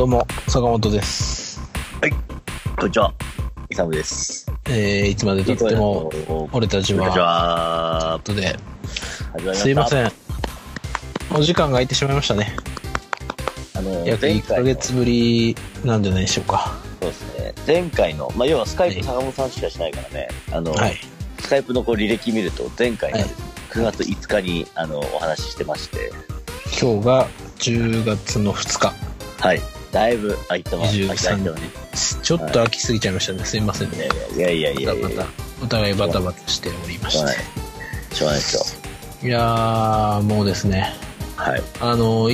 どうも坂本です。 はい、こんにちは、イサムです。 いつまでたっても俺たちはとで、すいません、お時間が空いてしまいましたね。約1ヶ月ぶりなんじゃないでしょうか。 そうですね、前回の、要はスカイプ坂本さんしかしないからね、はい、スカイプの履歴見ると前回が9月5日にお話ししてまして、 今日が10月の2日。 はい、だいぶ空いてます。 23日、ちょっと空きすぎちゃいましたね、すいませんね。 いやまたお互いバタバタしておりまして、 しょうがないですよ。 いやー、もうですね、 はい、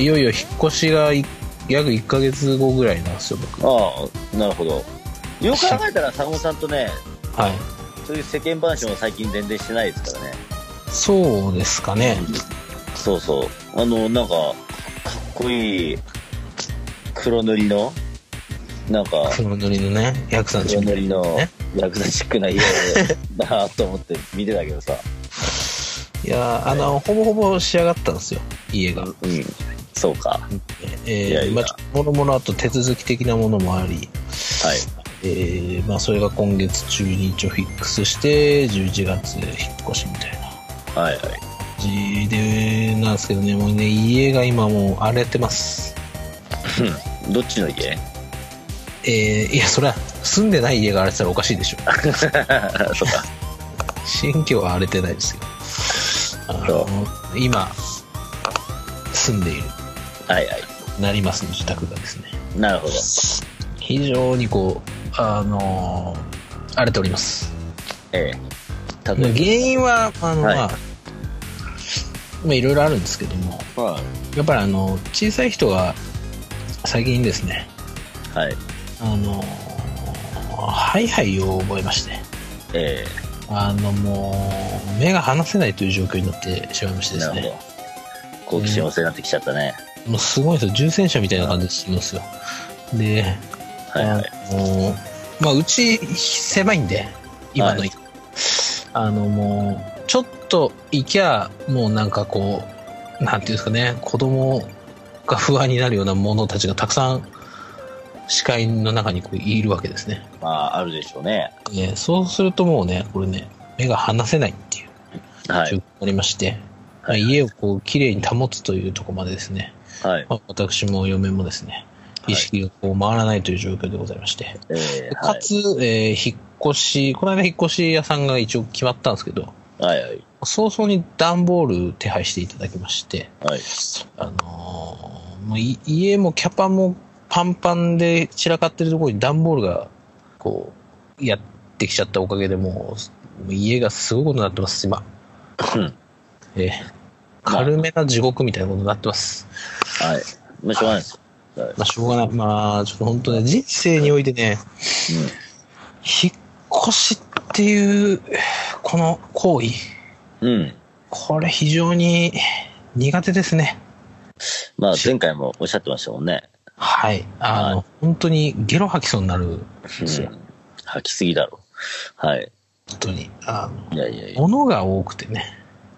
いよいよ引っ越しが約1ヶ月後ぐらいなんですよ、僕。 ああ、なるほど。よく考えたら坂本さんとね、はい、そういう世間話も最近全然してないですからね。 そうですかね。 そうそう、なんかかっこいい黒塗りの黒塗りのね、ヤクザチックな、 黒塗りのヤクザチックな家だなと思って見てたけどさ。 いやー、ほぼほぼ仕上がったんですよ、家が。 そうか。 もろもろあと手続き的なものもあり、はい、それが今月中に一応フィックスして11月引っ越しみたいな、はいはい、感じでなんですけどね、もうね、家が今もう荒れてます。 どっちの家？ いや、それは住んでない家が荒れてたらおかしいでしょ。 そうか。 新居は荒れてないですよ。今住んでいる、 はいはい、 成増の自宅がですね、 なるほど、 非常に荒れております。原因はいろいろあるんですけども、やっぱり小さい人が最近ですね、はい、ハイハイを覚えまして、もう目が離せないという状況になってしまいましてですね。 好奇心旺盛になってきちゃったね。 もうすごいですよ、重戦車みたいな感じでするんですよ。で、うち狭いんで、今の、もうちょっと行きゃもうなんていうんですかね、子供が不安になるような者たちがたくさん視界の中にいるわけですね。 あるでしょうね。 そうするともうね、これね、目が離せないっていう状況になりまして、家をきれいに保つというところまでですね、私も嫁もですね、意識が回らないという状況でございまして、かつ、引っ越し、この間引っ越し屋さんが一応決まったんですけど、早々に段ボール手配していただきまして、もう家もキャパもパンパンで散らかってるところに段ボールがやってきちゃったおかげでもう家がすごいことになってます今。軽めな地獄みたいなことになってます。 はい。しょうがないです。 しょうがない。ちょっと本当ね、人生においてね、引っ越しっていうこの行為、これ非常に苦手ですね。 前回もおっしゃってましたもんね。 はい。本当にゲロ吐きそうになるんですよ。 吐きすぎだろ。はい。 本当に。物が多くてね。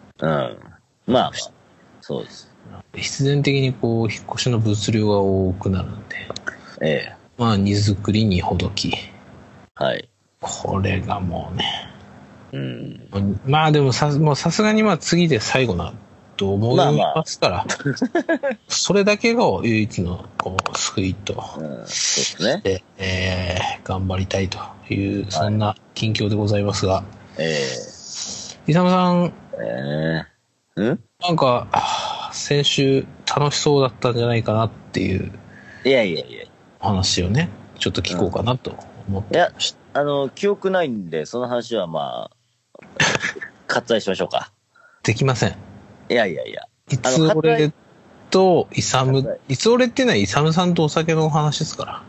そうです。 必然的に引っ越しの物量が多くなるんで。荷造りにほどき。はい。これがもうね。でももうさすがに次で最後なと思いますから。それだけが唯一の救いと。そうですね。頑張りたいという、そんな近況でございますが。イサムさん。なんか先週楽しそうだったんじゃないかなっていう話をね、ちょっと聞こうかなと思ってました。 記憶ないんでその話は割愛しましょうか。 できません。 いつ俺とイサム、いつ俺っていうのはイサムさんとお酒の話ですから。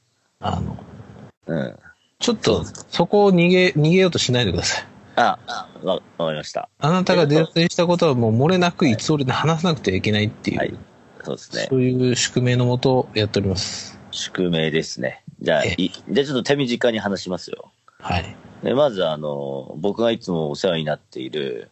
ちょっとそこを逃げようとしないでください。 わかりました。 あなたが泥酔したことはもう漏れなくいつ俺で話さなくてはいけないっていう、 そうですね。 そういう宿命のもとやっております。 宿命ですね。じゃあちょっと手短に話しますよ。はい。まず僕がいつもお世話になっている、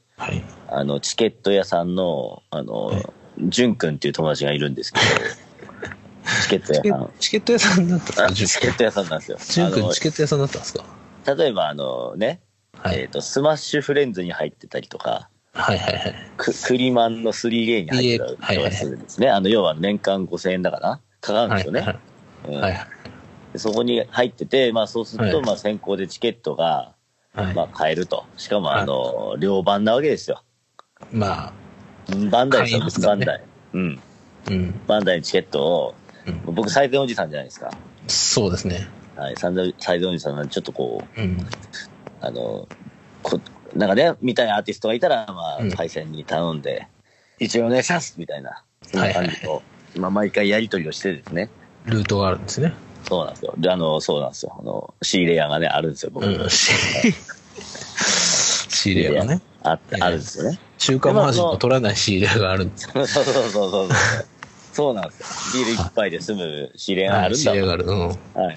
チケット屋さんの、淳くんっていう友達がいるんですけチケット屋さん。 チケット屋さんだったんですか？ チケット屋さんなんですよ。 淳君チケット屋さんだったんですか？ 例えばね、 はい、 スマッシュフレンズに入ってたりとか、 はいはいはい。 クリマンの 3A に入ってたりとかするんですね。要は年間5000円だからかかるんですよね。はいはい。そこに入ってて、まあそうすると、まあ先行でチケットが、まあ買えると。しかも両番なわけですよ。 まあ。 バンダイですよ、バンダイ。うん。バンダイのチケットを、僕最前おじさんじゃないですか。 そうですね。 はい、最前おじさんなんでちょっとこう、なんかね、見たいアーティストがいたら、まあ、パイセンに頼んで、一応お願いしますみたいな、そんな感じを、まあ、毎回やり取りをしてですね。 ルートがあるんですね。 そうなんですよ。で、そうなんですよ。仕入れ屋がね、あるんですよ、僕。 仕入れ屋がね。 あるんですよね。 中華マージンを取らない仕入れ屋があるんですよ。 そう。そうなんですよ。ビール一杯で済む仕入れ屋があるんだ。 仕入れ屋がある。はい。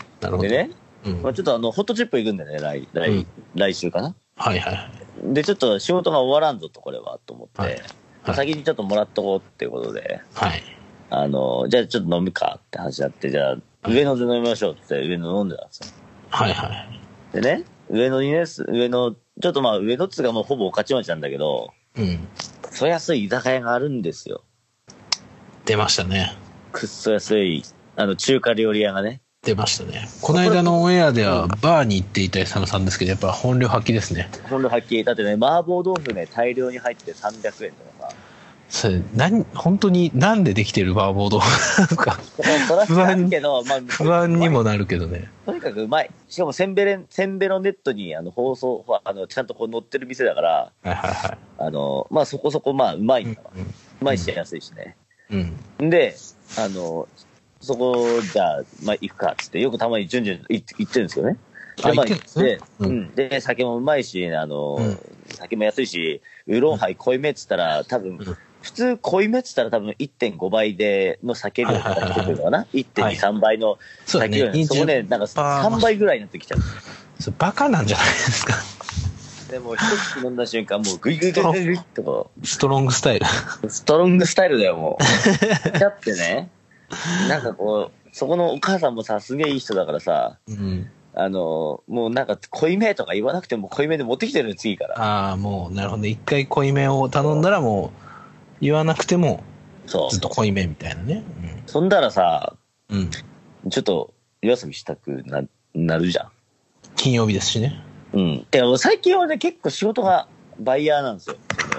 なるほど。でね、まあ、ちょっとホットチップ行くんでね、来週かな。 はいはい。 で、ちょっと仕事が終わらんぞと、これは、と思って、先にちょっともらっとこうっていうことで、 はい。 じゃあちょっと飲むかって話になって、じゃあ、上野で飲みましょうって上野飲んでたんですよ。 はいはい。 でね、上野、ちょっとまあ上野っつうかもうほぼ御徒町なんだけど、くっそ安い居酒屋があるんですよ。 出ましたね。 くっそ安い、中華料理屋がね。 出ましたね。この間のオンエアではバーに行っていた佐野さんですけど、やっぱ本領発揮ですね。 本領発揮。だってね、麻婆豆腐ね、大量に入って300円とかさ。 それ本当になんでできてる麻婆豆腐か不安にもなるけどね。 とにかくうまい。しかもせんべろネットに放送ちゃんとこう載ってる店だから、まあそこそこまあうまいんだわ。うまいし安いしね。で、そこじゃあまあ行くかっつってよくたまに順々行ってるんですよね。で、まあ行って、で酒もうまいし、酒も安いし、ウーロンハイ濃いめっつったら多分。普通濃いめっつったら多分 1.5 倍の酒量が出てくるのかな、1.2、3倍の酒量、そこね、なんか3倍ぐらいになってきちゃう。 それバカなんじゃないですか。 でも一口飲んだ瞬間もうグイグイグイグイってこうストロングスタイルだよもう。だってね、なんかこうそこのお母さんもさすげえいい人だからさ、もうなんか濃いめとか言わなくても濃いめで持ってきてるの次から。 ああ、もうなるほど。一回濃いめを頼んだらもう言わなくてもずっと濃いめみたいなね。 そんだらさ、ちょっと夜遊びしたくなるじゃん。 金曜日ですしね。 でも最近はね結構仕事がバイヤーなんですよ。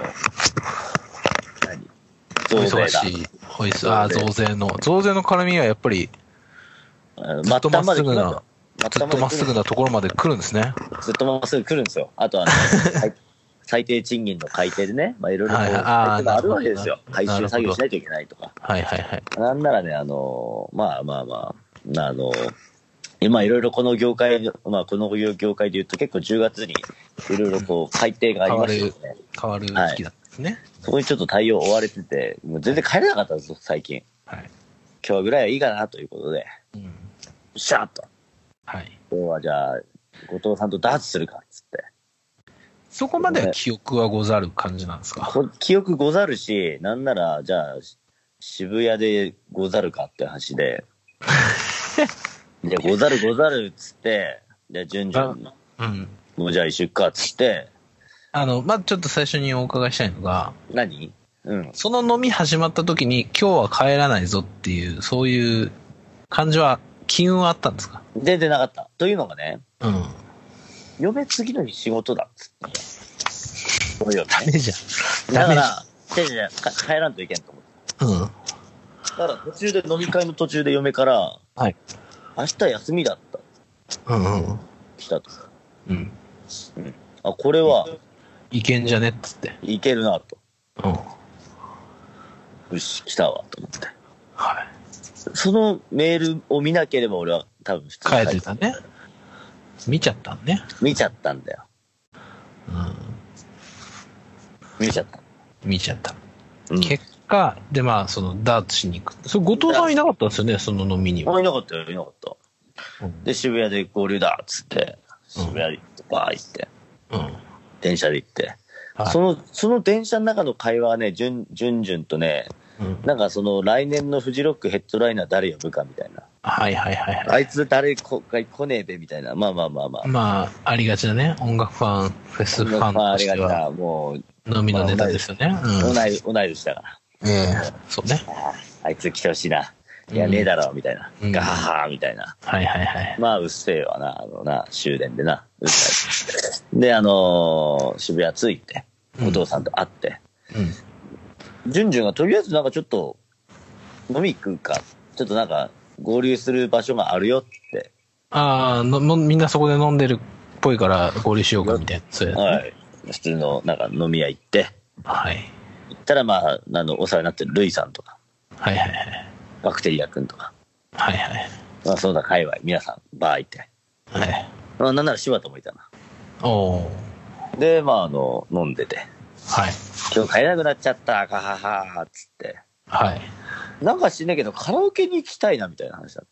増税だ。増税の絡みはやっぱりずっとまっすぐなところまで来るんですね。 ずっとまっすぐ来るんですよ。あとは最低賃金の改定でね、まあいろいろ改定があるわけですよ。回収作業しないといけないとか。なんならね、今いろいろこの業界で言うと結構10月にいろいろこう改定がありましてですね。 変わる時期だったんですね。 そこにちょっと対応追われてて、もう全然帰れなかったんですよ、最近。今日ぐらいはいいかなということで、シャーッと。今日はじゃあ、後藤さんとダーツするかっつって。 そこまでは記憶はござる感じなんですか？ 記憶ござるし、なんなら、じゃあ、渋谷でござるかって話で、じゃあ、ござるっつって、じゃあ、順々、もうじゃあ一緒かっつって、 まずちょっと最初にお伺いしたいのが、 何？ その飲み始まった時に、今日は帰らないぞっていう、そういう感じは、機運はあったんですか？ 全然なかった。というのがね、嫁次の日仕事だっつって。 ダメじゃん。 だから、帰らんといけんと思って。だから飲み会の途中で嫁から、明日休みだった。来たと。あ、これは、 いけんじゃねっつって。 いけるなと。よし、来たわと思って。そのメールを見なければ俺は多分普通に帰ってたね。見ちゃったんね。 見ちゃったんだよ。見ちゃった。 結果、でまあ、そのダーツしに行く。それ後藤さんいなかったんですよね、その飲みには。 いなかった。で、渋谷で合流だっつって、渋谷でバー行って、電車で行って。その電車の中の会話はね、順々とね、 なんかその来年のフジロックヘッドライナー誰呼ぶかみたいな。 はいはいはいはい。 あいつ誰来ねえべみたいな。まあ。 まあ、ありがちなね。音楽ファン、フェスファンとしては。もう、飲みのネタですよね。 同い年だから。 そうね。 あいつ来てほしいな。いや、ねえだろ、みたいな。ガハハみたいな。 はいはいはい。 まあ、うっせえわな、終電でな。うっさい。で、渋谷着いて、お父さんと会って、ジュンジュンがとりあえずなんかちょっと、飲み行くか、ちょっとなんか、合流する場所があるよって。 みんなそこで飲んでるっぽいから合流しようかみたいな。そうやね。 はい。普通のなんか飲み屋行って、 はい。 行ったらまあ、お世話になってるルイさんとか、 はいはいはい。 バクテリア君とか、 はいはい。 まあ、そんな界隈、皆さん、バー行って。 はい。 まあ、なんなら柴田もいたな。 おー。で、まあ、飲んでて。 はい。 今日帰れなくなっちゃった、ガハハーっつって。 はい。 なんか知んないけど、カラオケに行きたいな、みたいな話だって。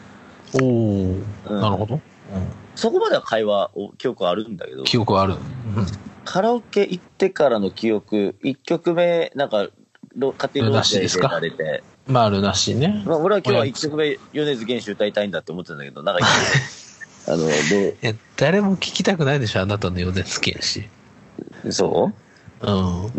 なるほど。 そこまでは記憶あるんだけど。 記憶はある。 カラオケ行ってからの記憶、1曲目、なんか、勝手にローで出られて。 まあ、ルナシーね。 まあ、俺は今日は1曲目、米津玄師歌いたいんだって思ってたんだけど、なんか誰も聞きたくないでしょ、あなたの米津玄師。 そう？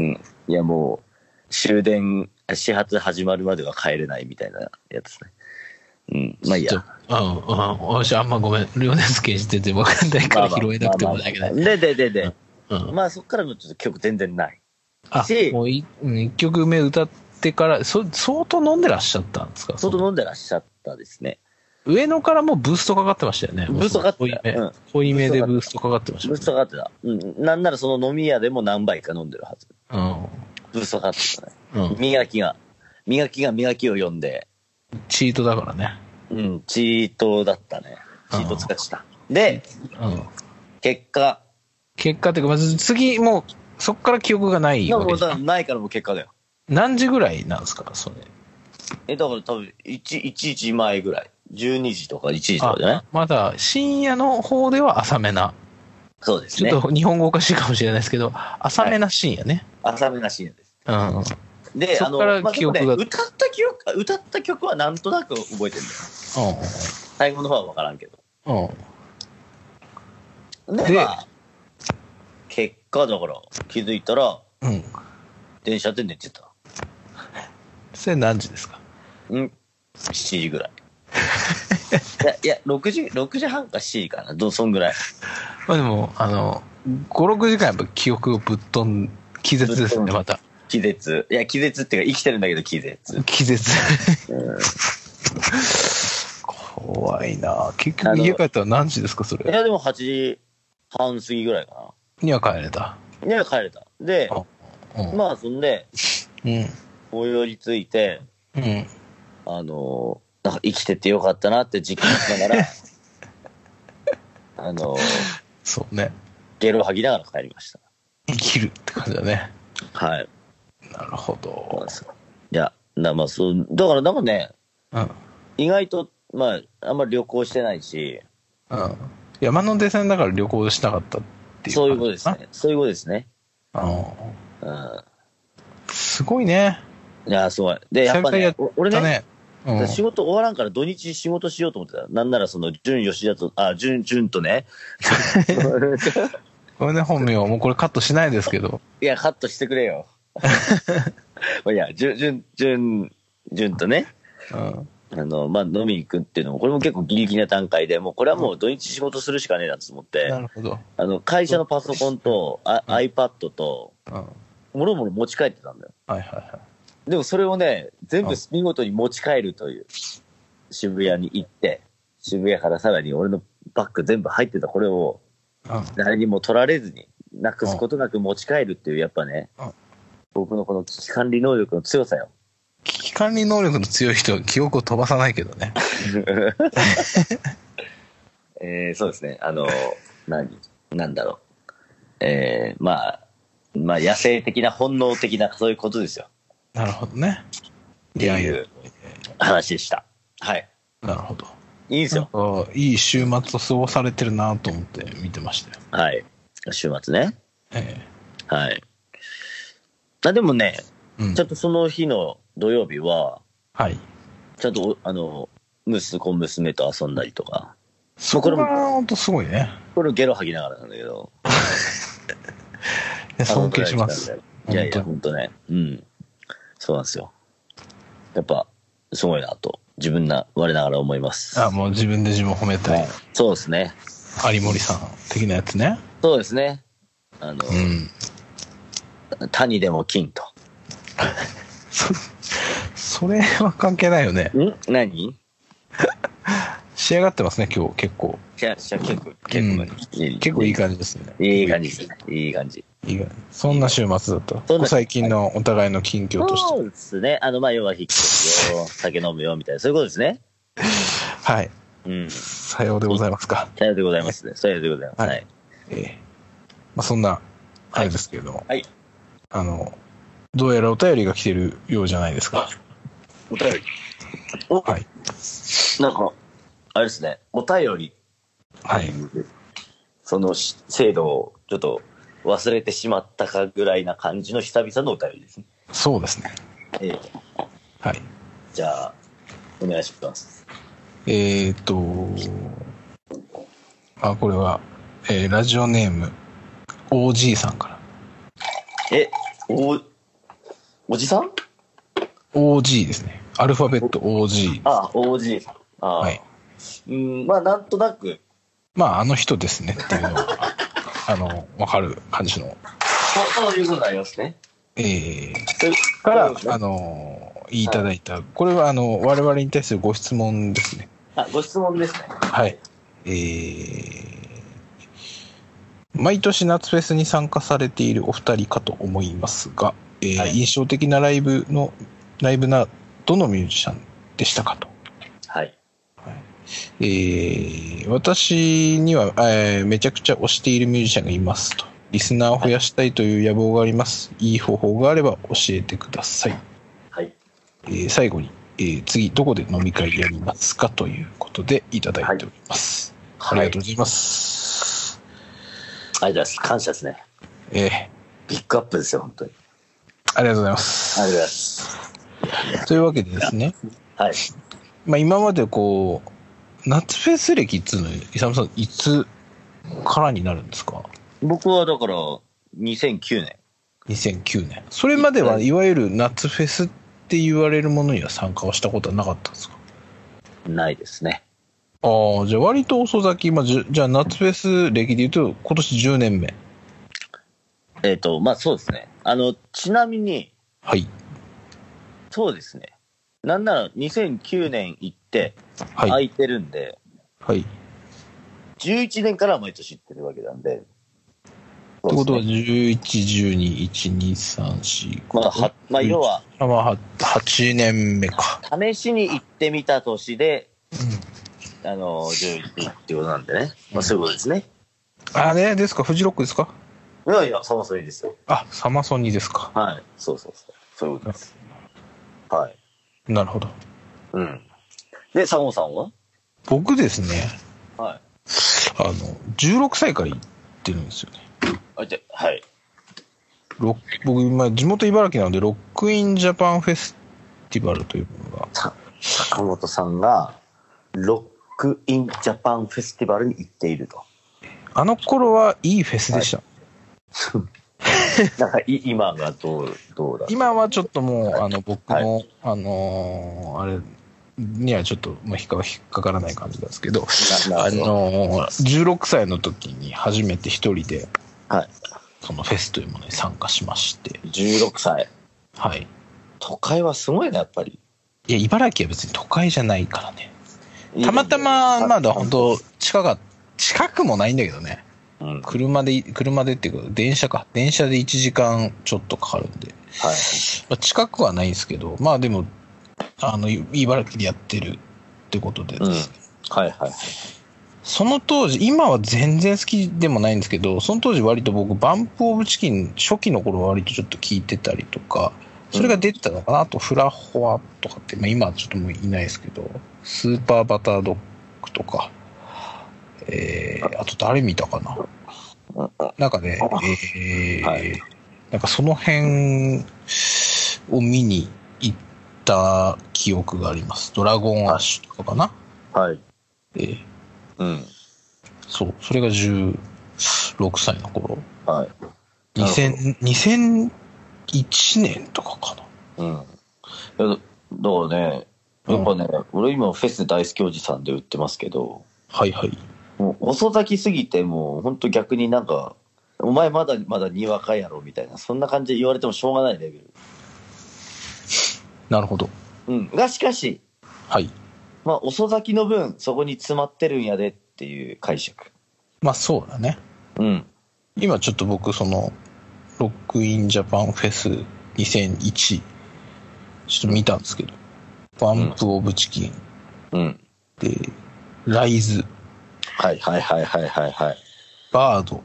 いや、もう、始発始まるまでは帰れないみたいなやつね。まあいいや。 私あんまごめん。米津玄師全然わかんないから拾えなくてもだけど。 で、まあそっからのちょっと曲全然ない。 もう1曲目歌ってから、相当飲んでらっしゃったんですか？ 相当飲んでらっしゃったですね。 上野からもブーストかかってましたよね。 ブーストかかってた。 濃いめでブーストかかってました。 ブーストかかってた。なんならその飲み屋でも何杯か飲んでるはず。ブーストかかってたね。磨きが磨きを読んで。 チートだからね。 チートだったね。チート使ってた。で、結果っていうか、まず次、もう、そっから記憶がないわけですか？ ないからもう結果だよ。 何時ぐらいなんですか、それ。 だから多分、1時前ぐらい。12時とか1時とかじゃない？ まだ、深夜の方では浅めな。 そうですね。 ちょっと日本語おかしいかもしれないですけど、浅めな深夜ね。 浅めな深夜です。で、 そっから記憶が、 歌った曲はなんとなく覚えてるんだよ。最後の方は分からんけど。で、まあ、結果だから気づいたら、電車で寝てた。 それ何時ですか ？7時ぐらい。いや、6時半か7時かな。そんぐらい。 まあでも、5、6時間やっぱ記憶をぶっ飛ん、気絶ですね、また。 気絶。いや、気絶っていうか生きてるんだけど気絶。 気絶。怖いな。結局家帰ったら何時ですか、それ。 いや、でも8時半過ぎぐらいかな。 には帰れた。 で、まあ、そんで、最寄りついて、なんか生きててよかったなって実感しながら、 そうね。 ゲロを吐きながら帰りました。 生きるって感じだね。 はい。 なるほど。 いや、まあそう、だからなんかね、意外と、まあ、あんまり旅行してないし、 山手線だから旅行しなかったっていう。 そういうことですね。そういうことですね。 すごいね。 いや、すごい。で、やっぱね、俺ね、 うん、 仕事終わらんから土日仕事しようと思ってた。なんならその、吉田と、潤とね。 これね、本名、もうこれカットしないですけど。 いや、カットしてくれよ。いや、潤とね。まあ、飲みに行くっていうのも、これも結構ギリギリな段階で、もうこれはもう土日仕事するしかねえなと思って、 なるほど。 会社のパソコンと、iPad と、もろもろ持ち帰ってたんだよ。 はいはいはい。 でもそれをね、全部見事に持ち帰るという、渋谷に行って、渋谷からさらに俺のバッグ全部入ってたこれを、誰にも取られずに、なくすことなく持ち帰るっていう、やっぱね、僕のこの危機管理能力の強さよ。 危機管理能力の強い人は記憶を飛ばさないけどね。 そうですね。なんだろう。まあ、野生的な本能的なそういうことですよ。 なるほどね。 っていう話でした。はい。 なるほど。 いいですよ。 いい週末を過ごされてるなと思って見てましたよ。 はい。週末ね。はい。でもね、ちょっとその日の土曜日は、 はい。 ちゃんと、息子、娘と遊んだりとか。 そこが本当すごいね。 これゲロ吐きながらなんだけど。 尊敬します。 いやいや、本当ね。うん。そうなんですよ。やっぱ、すごいなと、我ながら思います。 もう自分で自分を褒めたい。 そうですね。 有森さん的なやつね。 そうですね。谷でも金と。 それは関係ないよね。 何仕上がってますね、今日結構。 結構いい感じですね。 いい感じですね。いい感じ。 そんな週末だった。最近のお互いの近況として。 そうですね。要は引っ越すよ、酒飲むよみたいな、そういうことですね。 はい。さようでございますか。 さようでございますね。さようでございます。はい。 そんな、あれですけれども。 はい。 どうやらお便りが来てるようじゃないですか。 お便り。はい。なんか、あれですね、お便り。 はい。 その制度をちょっと忘れてしまったかぐらいな感じの久々のお便りですね。 そうですね。はい。 じゃあ、お願いします。 これは、ラジオネーム、OG さんから。 おじさん？ OG ですね。アルファベット OG。 OG。 はい。 なんとなく。 あの人ですねっていうのは、わかる感じの。 そういうことになりますね。 から、いただいた、これは、我々に対するご質問ですね。 ご質問ですね。 はい。毎年夏フェスに参加されているお二人かと思いますが、印象的なライブなどのミュージシャンでしたかと。 はい。 私には、めちゃくちゃ推しているミュージシャンがいますと。リスナーを増やしたいという野望があります。いい方法があれば教えてください。 はい。 最後に、次どこで飲み会やりますかということでいただいております。ありがとうございます。 ありがとうございます。感謝ですね。ビッグアップですよ、本当に。 ありがとうございます。 ありがとうございます。 というわけでですね。 はい。 今までこう、夏フェス歴っていうのは、イサムさん、いつからになるんですか？ 僕はだから、2009年。 2009年。それまではいわゆる夏フェスって言われるものには参加をしたことはなかったんですか？ ないですね。 じゃあ割と遅咲き、じゃあ夏フェス歴で言うと、今年10年目。 そうですね。ちなみに、 はい。 そうですね。なんなら2009年行って、空いてるんで、 はい。 11年から毎年行ってるわけなんで。 ってことは、11、12、1、2、3、4、 要は、 8年目か。 試しに行ってみた年で、11ってことなんでね。そういうことですね。 ですか、フジロックですか？ いやいや、サマソニですよ。 サマソニですか。 はい。そう。そういうことです。はい。 なるほど。 で、サモさんは？ 僕ですね。 はい。 16歳から行ってるんですよね。 はい。 僕、地元茨城なので、ロックインジャパンフェスティバルというものが。 坂本さんが、ロックインジャパンフェスティバルに行っていると。 あの頃はいいフェスでした。 なんか今がどうだ？ 今はちょっともう、僕の、あれにはちょっと引っかからない感じなんですけど、16歳の時に初めて一人で、そのフェスというものに参加しまして。 16歳。 はい。 都会はすごいね、やっぱり。 いや、茨城は別に都会じゃないからね。たまたま、まだ本当近くもないんだけどね。車でっていうか、電車で1時間ちょっとかかるんで。 はい。 近くはないんですけど、でも、茨城でやってるってことでですね。 はい。 その当時、今は全然好きでもないんですけど、その当時割と僕、バンプオブチキン初期の頃は割とちょっと聞いてたりとか、それが出てたのかな、あとフラホアとかって、今はちょっともういないですけど、スーパーバタードッグとか、あと誰見たかな。なんかね、なんかその辺を見に行った記憶があります。ドラゴンアッシュとかかな。 はい。 うん。そう、それが16歳の頃。 はい。 2001年とかかな。うん。だからね、やっぱね、俺今フェス大好きおじさんで売ってますけど、 はいはい。 もう遅咲きすぎて、もう本当逆になんか、お前まだにわかやろみたいな、そんな感じで言われてもしょうがないレベル。 なるほど。 うん。がしかし、 はい。 まあ遅咲きの分、そこに詰まってるんやでっていう解釈。 まあそうだね。 うん。 今ちょっと僕、その、ロックインジャパンフェス2001、ちょっと見たんですけど、バンプオブチキン。 うん。 で、ライズ。 はいはいはいはいはいはい。 バード。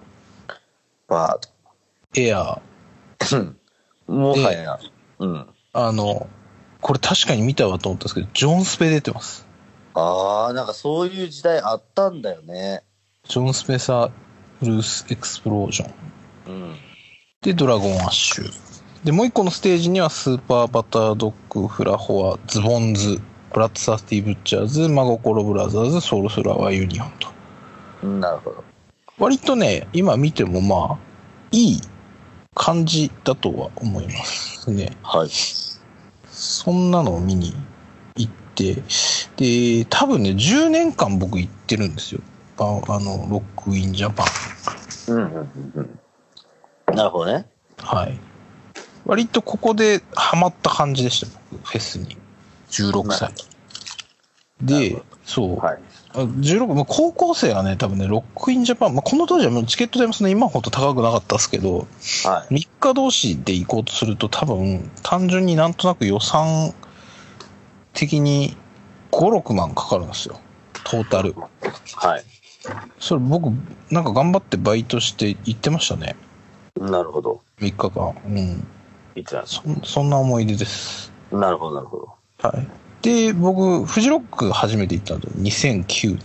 エアー。もはや。うん。 これ確かに見たわと思ったんですけど、ジョンスペ出てます。 ああ、なんかそういう時代あったんだよね。 ジョン・スペサー・ブルース・エクスプロージョン。 うん。 で、ドラゴン・アッシュ。で、もう一個のステージには、スーパー・バタードッグ、フラホア、ズボンズ、ブラッド・サースティ・ブッチャーズ、マゴコロ・ブラザーズ、ソウル・フラワー・ユニオンと。 なるほど。 割とね、今見てもまあ、いい感じだとは思いますね。 はい。 そんなのを見に行って、で、多分ね、10年間僕行ってるんですよ。ロックインジャパン。 うんうんうんうん。なるほどね。 はい。割とここでハマった感じでした、僕、フェスに。16歳。で、そう。はい。16、高校生はね、多分ね、ロックインジャパン、この当時はもうチケット代もそんな今ほど高くなかったですけど、はい、3日同士で行こうとすると多分、単純になんとなく予算的に5、6万かかるんですよ。トータル。 はい。 それ僕、なんか頑張ってバイトして行ってましたね。 なるほど。 3日間。うん。 いつだそんな思い出です。 なるほど、なるほど。 はい。で、僕、フジロック初めて行ったの2009年。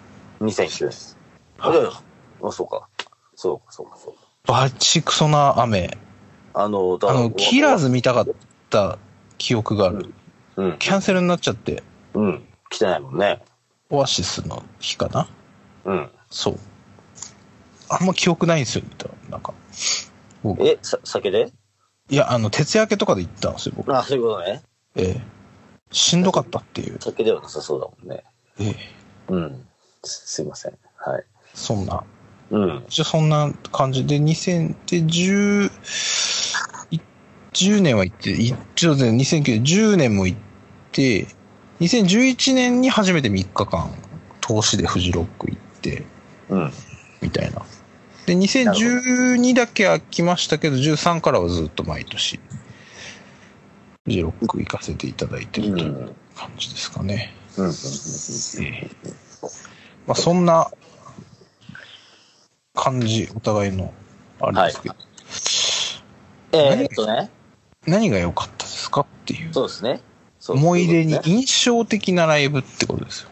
2009年。あ、そうか。 バチクソな雨。キラーズ見たかった記憶がある。うん。キャンセルになっちゃって。 うん。来てないもんね。 オアシスの日かな。 うん。 そう。あんま記憶ないんですよ、なんか。 酒で？ いや、徹夜明けとかで行ったんですよ、僕。 あ、そういうことね。 しんどかったっていう。 酒ではなさそうだもんね。うん。すいません。はい。 そんな。 うん。 そんな感じで、2010年は行って、2009年、10年も行って、2011年に初めて3日間、投資でフジロック行って、みたいな。で、2012だけ空きましたけど、13からはずっと毎年、フジロック行かせていただいてるという感じですかね。そんな感じ、お互いのあれですけど。何が良かったですかっていう。 そうですね。 思い出に印象的なライブってことですよ。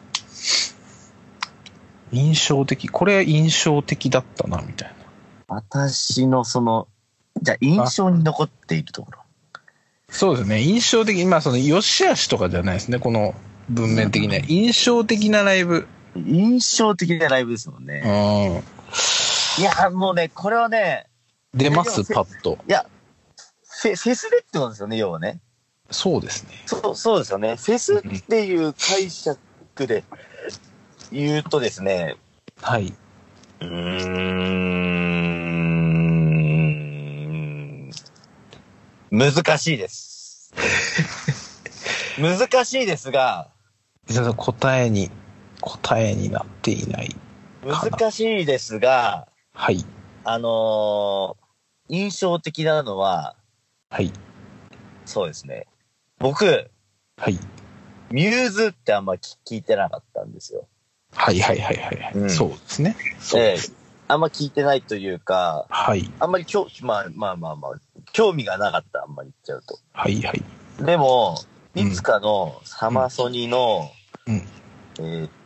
これは印象的だったな、みたいな。 私のじゃあ印象に残っているところ。 そうですね。印象的、良し悪しとかじゃないですね。この文面的な。印象的なライブ。 印象的なライブですもんね。いや、もうね、これはね。 出ます、パッと。 いや、フェスでってことですよね、要はね。 そうですね。 そうですよね。フェスっていう解釈で言うとですね。 はい。 難しいです。難しいですが。 答えになっていない。 難しいですが。 はい。 印象的なのは。 はい。 そうですね。僕。 はい。 ミューズってあんま聞いてなかったんですよ。 はい。そうですね。 あんま聞いてないというか。 はい。 あんまり興味がなかった、あんまり言っちゃうと。 はい。 でも、いつかのサマソニの、ヘッ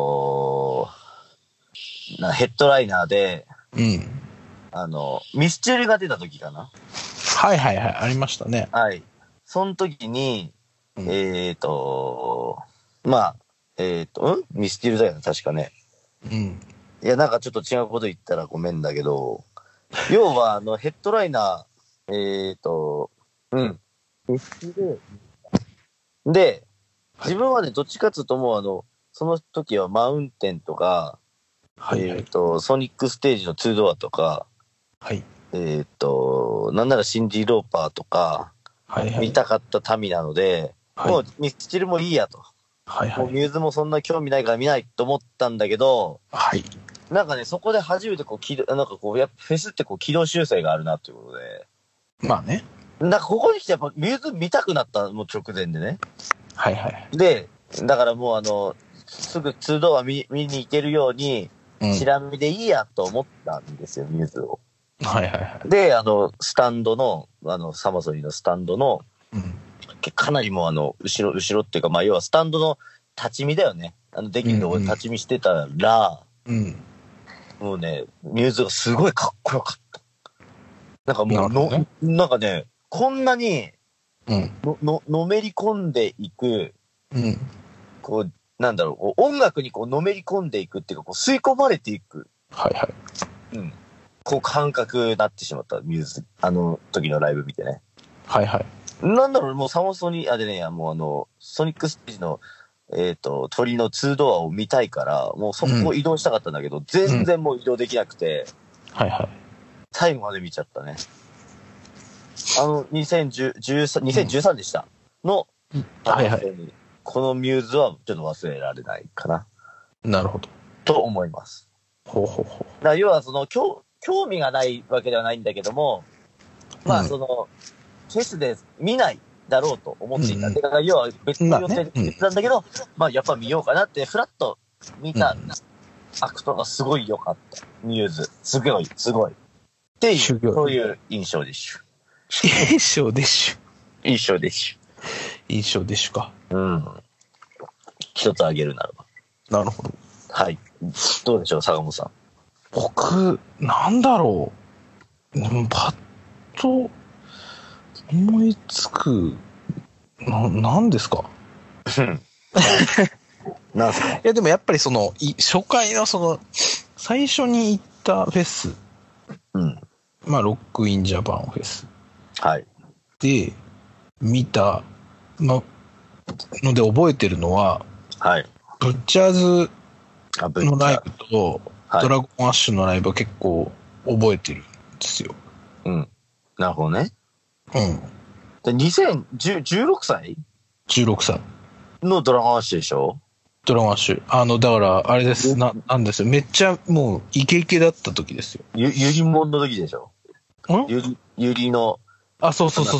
ドライナーで、ミスチルが出た時かな。 はい。ありましたね。 はい。その時に、 まあ、ミスティルだよね、確かね。うん。いや、なんかちょっと違うこと言ったらごめんだけど、要は、ヘッドライナー、で、自分はね、どっちかっていうともうその時はマウンテンとか、はいはい、ソニックステージの2ドアとか、はい、なんならシンディ・ローパーとか、はいはい、見たかった民なので、はい、もうミスチルもいいやと。はいはい、もうミューズもそんな興味ないから見ないと思ったんだけど、はい、なんかね、そこで初めてなんかやっぱフェスって軌道修正があるなということで。まあね。なんかここに来てやっぱミューズ見たくなった、もう直前でね。はいはい。で、だからもうすぐ2ドア見に行けるように、チラ見でいいやと思ったんですよ、ミューズを。はいはいはい。で、スタンドの、サマソニーのスタンドの、かなりもう後ろっていうか、まあ要はスタンドの立ち見だよね。できるとこで立ち見してたら、もうね、ミューズがすごいかっこよかった。なんかもうなんかね、こんなに、のめり込んでいく、こう、なんだろう、音楽にのめり込んでいくっていうか、吸い込まれていく。はいはい。感覚になってしまった、ミューズ。時のライブ見てね。はいはい。なんだろう、もうサマソニー、もうソニックステージの、鳥の2ドアを見たいから、もうそこを移動したかったんだけど、全然もう移動できなくて、はいはい。最後まで見ちゃったね。2013でした。の、はいはい。このミューズはちょっと忘れられないかな。なるほど。と思います。ほうほうほう。だから要は興味がないわけではないんだけども、まあフェスで見ないだろうと思っていた。だから要は別の予定で言ってたんだけど、まあやっぱ見ようかなってフラッと見たアクトがすごい良かった。ミューズ。すごい。っていう、そういう印象でしょ。印象でしょか。うん。一つあげるならば。なるほど。はい。どうでしょう、坂本さん。僕、なんだろう。パッと思いつく、なんですかなんすか。いや、でもやっぱり初回の最初に行ったフェス。まあ、ロックインジャパンフェス。はい。で、見たので覚えてるのは、はい。ブッチャーズのライブと、ドラゴンアッシュのライブは結構覚えてるんですよ。うん。なるほどね。うん。で、16歳 ?16 歳。のドラゴンアッシュでしょ？ドラゴンアッシュ。だから、あれです。なんですよ。めっちゃもう、イケイケだった時ですよ。ゆりもんの時でしょ？ゆりの。あ、そう。そう、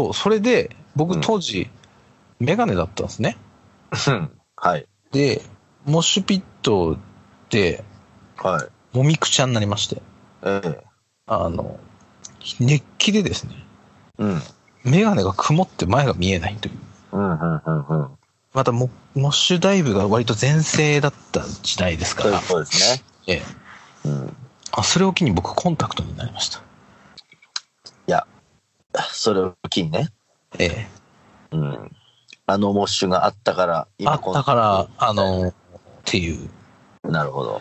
それで、僕当時、メガネだったんですね。はい。で、モッシュピットで、はい。もみくちゃになりまして。熱気でですね。メガネが曇って前が見えないという。またモッシュダイブが割と全盛だった時代ですから。そうですね。それを機に僕コンタクトになりました。いや、それを機にね。モッシュがあったから、今あったから、っていう。なるほど。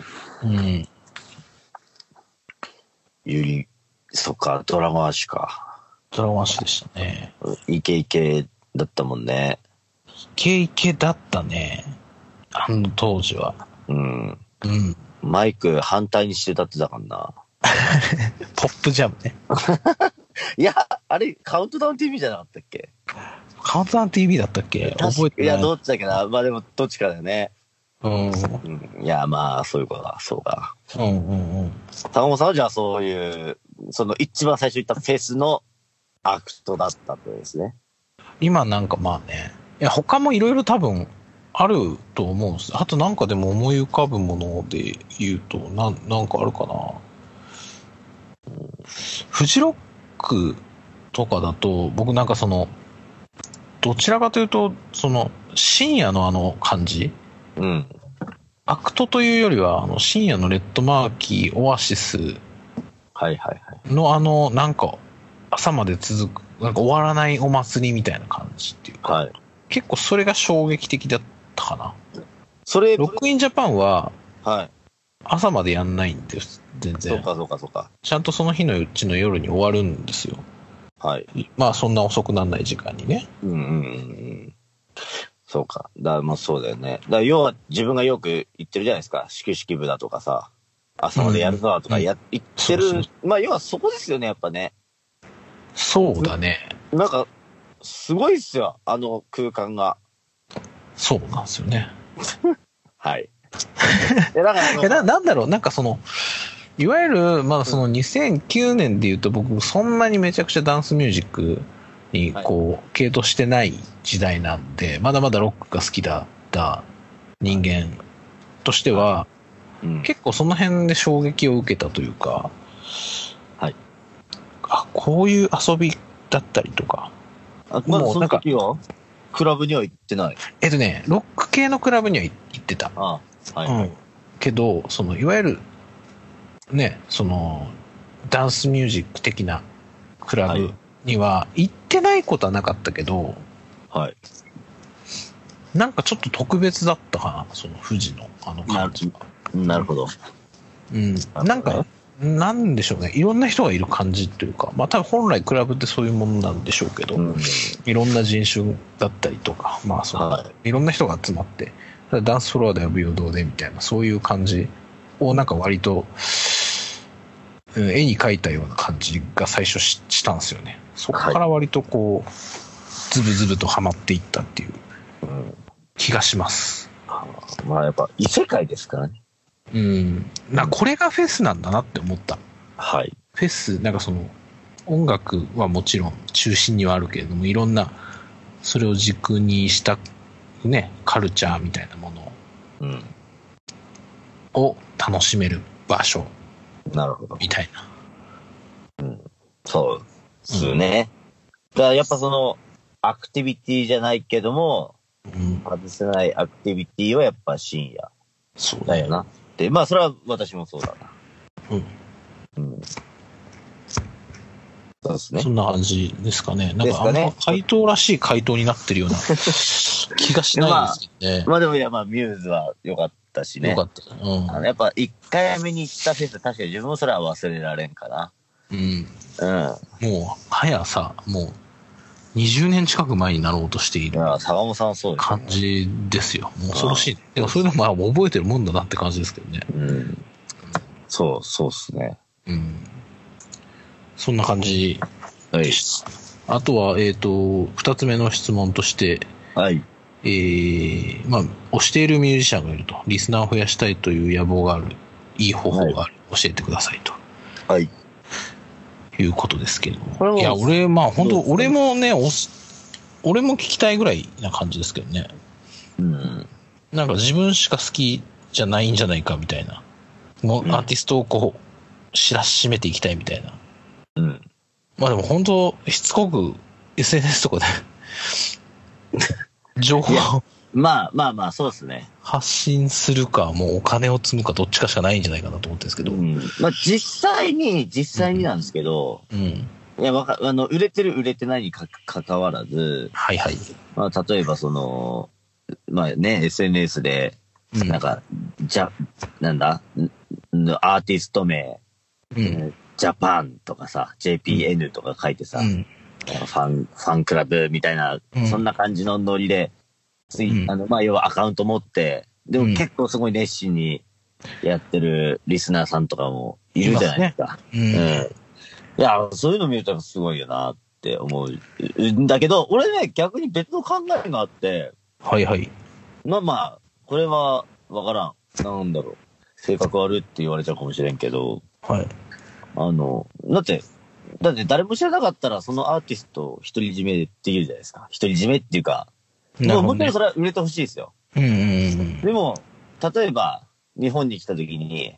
そっか、ドラゴンアッシュか。ドラゴンアッシュでしたね。イケイケだったもんね。イケイケだったね。当時は。マイク反対にして歌ってたからな。ポップジャムね。いや、あれ、カウントダウン TV じゃなかったっけ？カウントダウン TV だったっけ？覚えてない。いや、どっちだっけな。まあでも、どっちかだよね。いや、まあ、そういうことだ。そうか。坂本さんはじゃあそういう、一番最初言ったフェスのアクトだったってことですね。今なんかまあね、いや、他もいろいろ多分あると思うんです。あとなんかでも思い浮かぶもので言うと、なんかあるかな。フジロックとかだと、僕なんかどちらかというと、深夜の感じ、アクトというよりは、深夜のレッドマーキー、オアシスのなんか、朝まで続くなんか終わらないお祭りみたいな感じっていうか、はい、結構それが衝撃的だったかな。ロックインジャパンは、朝までやんないんです、全然。 そうか。 ちゃんとその日のうちの夜に終わるんですよ。はい。まあそんな遅くならない時間にね。 そうか。まあそうだよね。要は自分がよく言ってるじゃないですか。始球式部だとかさ、朝までやるぞとか言ってる。まあ要はそこですよね、やっぱね。 そうだね。 なんか、すごいっすよ、あの空間が。 そうなんですよね。 はい。 なんだろう、なんかその、いわゆる、まあその2009年で言うと僕、そんなにめちゃくちゃダンスミュージックにこう、傾倒してない時代なんで、まだまだロックが好きだった人間としては、結構その辺で衝撃を受けたというか、はい。あ、こういう遊びだったりとか。 もうその時はクラブには行ってない？ ロック系のクラブには行ってた。けど、その、いわゆる、ね、その、ダンスミュージック的なクラブには行ってないことはなかったけど、はい。なんかちょっと特別だったかな、その富士の感じが。 なるほど。 なんか、なんでしょうね。いろんな人がいる感じというか、まあ多分本来クラブってそういうものなんでしょうけど、いろんな人種だったりとか、まあその、いろんな人が集まって、ダンスフロアでは平等でみたいな、そういう感じをなんか割と、絵に描いたような感じが最初したんですよね。そこから割とこう、ズブズブとハマっていったっていう気がします。 まあやっぱ異世界ですからね。 これがフェスなんだなって思った。はい。フェス、なんかその、音楽はもちろん中心にはあるけれども、いろんな、それを軸にした、ね、カルチャーみたいなものを楽しめる場所。 なるほど。 みたいな。 そうですね。だからやっぱその、アクティビティじゃないけども、外せないアクティビティはやっぱ深夜。そうだよな。で、まあそれは私もそうだな。そうですね。 そんな感じですかね。なんかあんま回答らしい回答になってるような気がしないですけどね。 まあでもいや、まあミューズは良かったしね。 良かった。 やっぱ1回目に行ったフェス、確かに自分もそれは忘れられんかな。 もう、もう、20年近く前になろうとしている坂本さんそうです感じですよ。もう恐ろしい。でもそれでもまあ覚えてるもんだなって感じですけどね。 そうっすね。 そんな感じです。あとは、2つ目の質問として、まあ、推しているミュージシャンがいると、リスナーを増やしたいという野望がある、いい方法がある、教えてくださいと。いうことですけれども。いや、本当俺もね、俺も聞きたいぐらいな感じですけどね。なんか自分しか好きじゃないんじゃないかみたいな。もうアーティストをこう、知らしめていきたいみたいな。まあでも本当、しつこく SNS とかで情報をまあ、そうですね。 発信するか、もうお金を積むか、どっちかしかないんじゃないかなと思ってるんですけど。 まあ実際になんですけど、いや、売れてる売れてないにかかわらず、まあ例えばその、まあね、SNS で、なんか、なんだ、アーティスト名、ジャパンとかさ、JPN とか書いてさ、ファンクラブみたいな、そんな感じのノリで、まあ要はアカウント持って、でも結構すごい熱心にやってるリスナーさんとかもいるじゃないですか。いや、そういうの見るとすごいよなって思うんだけど、俺ね、逆に別の考えがあって、まあ、これはわからん。なんだろう。性格悪いって言われちゃうかもしれんけど、だって誰も知らなかったらそのアーティストを独り占めできるじゃないですか。独り占めっていうか、もちろんそれは売れてほしいですよ。でも、例えば、日本に来た時に、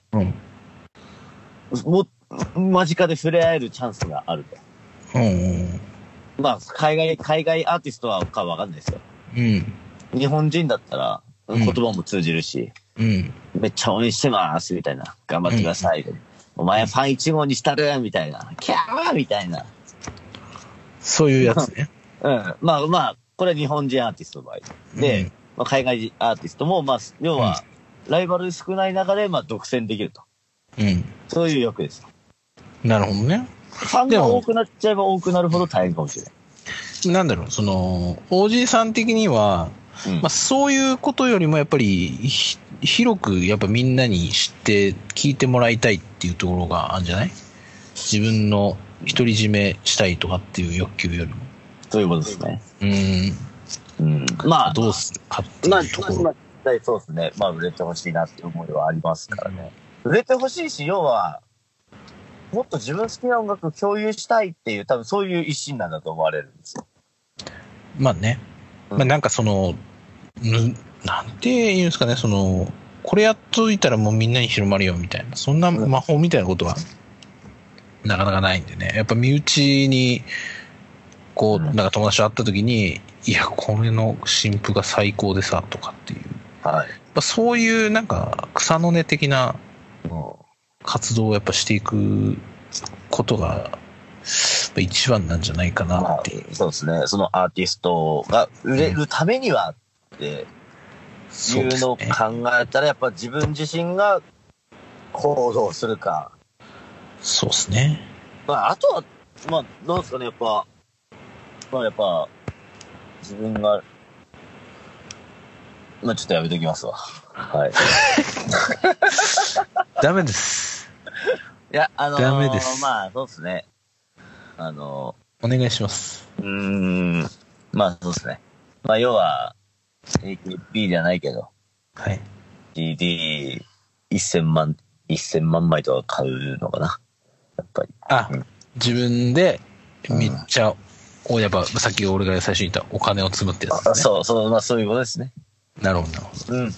間近で触れ合えるチャンスがあると。まあ、海外アーティストはかわかんないですよ。日本人だったら、言葉も通じるし、めっちゃ応援してますみたいな。頑張ってください。お前ファン1号にしたるみたいな。キャーみたいな。 そういうやつね。 うん。まあ、これは日本人アーティストの場合。で、まあ、海外アーティストも、まあ、要は、ライバル少ない中で、まあ、独占できると。うん。そういう欲です。 なるほどね。 ファンが多くなっちゃえば多くなるほど大変かもしれない。 なんだろう、OG さん的には、まあ、そういうことよりもやっぱり広くやっぱみんなに知って聞いてもらいたいっていうところがあるんじゃない？自分の独り占めしたいとかっていう欲求よりも。 そういうことですね。 まあどうするかっていうところ。 そうですね。まあ売れてほしいなっていう思いはありますからね。売れてほしいし、要はもっと自分好きな音楽を共有したいっていう多分そういう一心なんだと思われるんですよ。 まあね。まあなんかなんて言うんですかね、これやっといたらもうみんなに広まるよみたいな、そんな魔法みたいなことはなかなかないんでね。やっぱ身内に、なんか友達と会った時に、いや、これの新譜が最高でさ、とかっていう。はい。やっぱそういうなんか草の根的な活動をやっぱしていくことが、一番なんじゃないかなっていう、 そうですね。そのアーティストが売れるためにはっていうのを考えたら、やっぱ自分自身が行動するか。 そうですね。 まあ、あとは、まあ、なんですかね、やっぱ、自分が、まあ、ちょっとやめときますわ。はい。 ダメです。 いや、 ダメです。 まあ、そうですね。 お願いします。 まあそうですね。まあ要は、AKB じゃないけど、 はい。 CD1000 万枚とか買うのかな。やっぱり。 自分で、めっちゃ、やっぱさっき俺が最初に言ったお金を積むってやつですね。 まあそういうことですね。 なるほど、なるほど。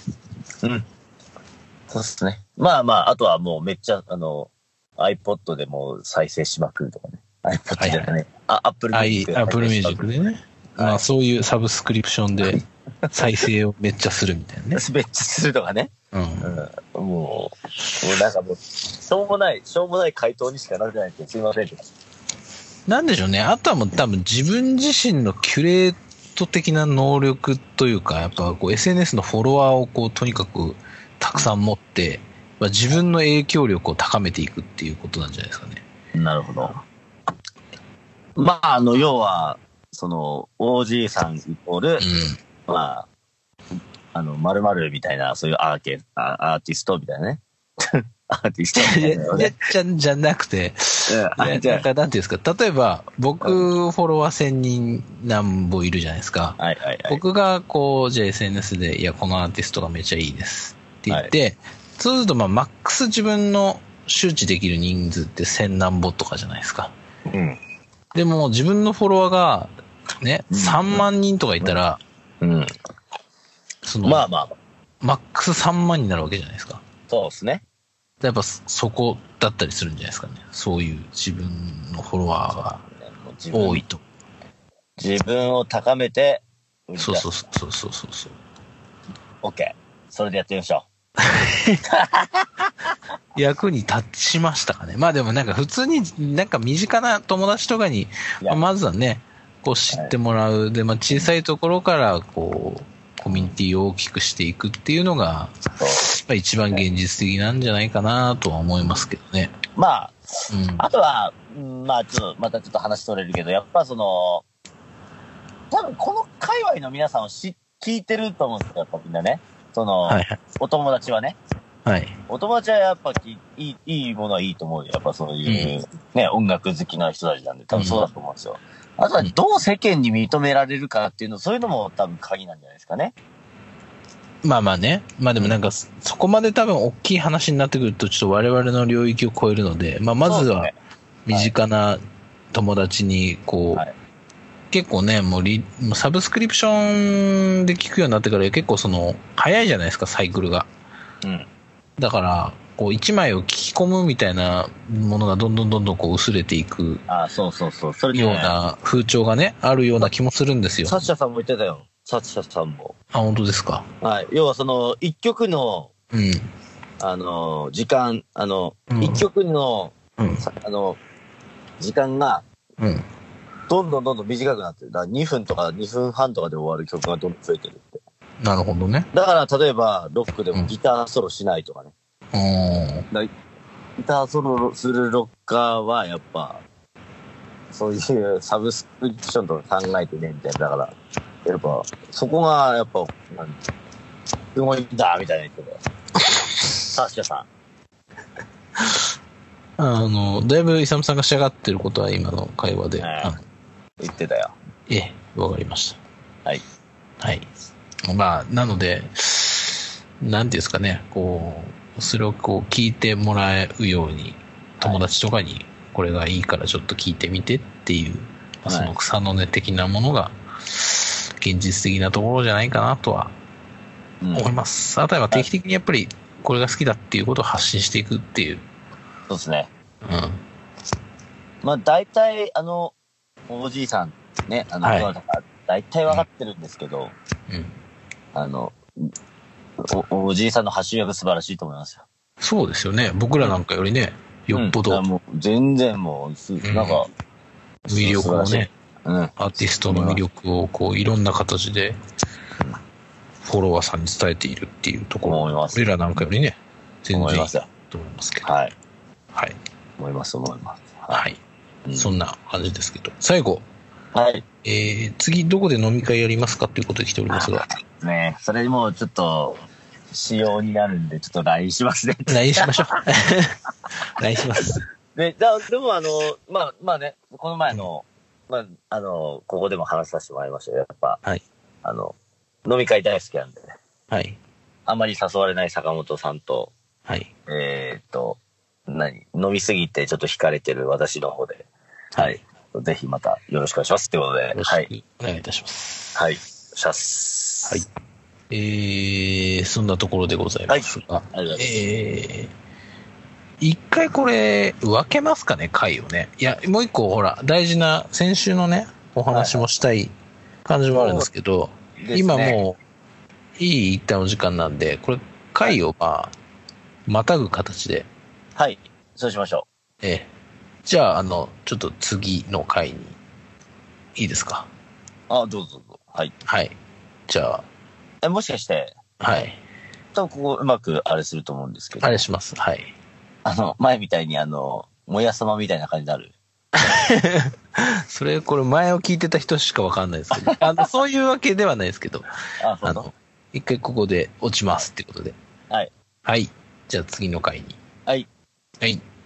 そうですね。まあ、あとはもうめっちゃ、iPod でも再生しまくるとかね。iPod でね。Apple Music でね。まあそういうサブスクリプションで再生をめっちゃするみたいなね。 めっちゃするとかね。もうなんかもう、しょうもない回答にしかなってないって、すいません。 なんでしょうね。あとはもう多分自分自身のキュレート的な能力というか、やっぱSNS のフォロワーをとにかくたくさん持って、自分の影響力を高めていくっていうことなんじゃないですかね。 なるほど。まあ、要は、OG さんイコール、まあ、〇〇みたいな、そういうアーティストみたいなね。アーティストみたいな、 ね。じゃなくて、なんていうんですか、例えば、僕、フォロワー1000人何本いるじゃないですか。僕が、じゃあ SNS で、いや、このアーティストがめちゃいいですって言って、そうすると、マックス自分の周知できる人数って1000何本とかじゃないですか。でも、自分のフォロワーが、ね、3万人とかいたら、 まあ、 マックス3万になるわけじゃないですか。 そうですね。 やっぱそこだったりするんじゃないですかね。そういう自分のフォロワーが多いと。 自分を高めて、 そう。 OK。それでやってみましょう。 役に立ちましたかね。まあでもなんか普通になんか身近な友達とかに、まずはね、知ってもらう。で、小さいところからコミュニティを大きくしていくっていうのが、一番現実的なんじゃないかなとは思いますけどね。 まあ、あとは、またちょっと話取れるけど、やっぱ多分この界隈の皆さんを聞いてると思うんですよ、やっぱみんなね。お友達はね。はい。お友達はやっぱいいものはいいと思うよ。やっぱそういうね、音楽好きな人たちなんで、多分そうだと思うんですよ。あとはどう世間に認められるかっていうの、そういうのも多分鍵なんじゃないですかね。 まあね。まあでもなんか、そこまで多分大きい話になってくると、ちょっと我々の領域を超えるので、まずは身近な友達に結構ね、もうサブスクリプションで聞くようになってから結構早いじゃないですか、サイクルが。だから、一枚を聞き込むみたいなものがどんどん薄れていく。 そう。それような風潮がね、あるような気もするんですよ。 サッシャさんも言ってたよ。サッシャさんも。 本当ですか。 はい。要は一曲の、時間、一曲の、時間が、 どんどん短くなってる。だから2分とか2分半とかで終わる曲がどんどん増えてるって。 なるほどね。 だから例えばロックでもギターソロしないとかね。ギターソロするロッカーはやっぱ、そういうサブスクリプションとか考えてねみたいな。だから、やっぱ、そこがやっぱ、すごいんだみたいな言ってた。さあ、しかさん。だいぶイサムさんが仕上がってることは今の会話で。 言ってたよ。 わかりました。はい。はい。まあ、なので、なんていうんですかね、こう、それをこう聞いてもらえるように、友達とかにこれがいいからちょっと聞いてみてっていう、その草の根的なものが、現実的なところじゃないかなとは思います。あとは定期的にやっぱりこれが好きだっていうことを発信していくっていう。 そうですね。まあ大体おじいさんね、大体分かってるんですけど、おじいさんの発信力素晴らしいと思いますよ。 そうですよね。僕らなんかよりね、よっぽど。 もう全然もう、なんか、 魅力をね、アーティストの魅力をこういろんな形でフォロワーさんに伝えているっていうところ、俺らなんかよりね、全然いいと思いますけど。はい。はい。 思います。 はい。そんな感じですけど。最後。 はい。 次どこで飲み会やりますかっていうことで来ておりますが。 ねえ、それもうちょっと、仕様になるんで、ちょっと LINE しますね。 LINE しましょう。LINE します。 でもまあね、この前の、ここでも話させてもらいましたよ。やっぱ、はい。飲み会大好きなんで。はい。あまり誘われない坂本さんと、はい。飲みすぎてちょっと惹かれてる私の方で、はい。ぜひまたよろしくお願いしますってことで、はい。お願いいたします。はい。シャス。はい。そんなところでございますが、はい。一回これ分けますかね、回をね。いや、もう一個ほら、大事な先週のね、お話もしたい感じもあるんですけど、今もう、いい一旦の時間なんで、これ、回をまたぐ形で。はい、そうしましょう。じゃあ、ちょっと次の回に、いいですか？どうぞどうぞ。はい。はい。じゃあ。もしかして、はい。多分ここうまくあれすると思うんですけど。あれします。はい。前みたいにもやさまみたいな感じになる。これ前を聞いてた人しかわかんないですけど、そういうわけではないですけど、一回ここで落ちますってことで。はい。はい。じゃあ次の回に。はい。はい。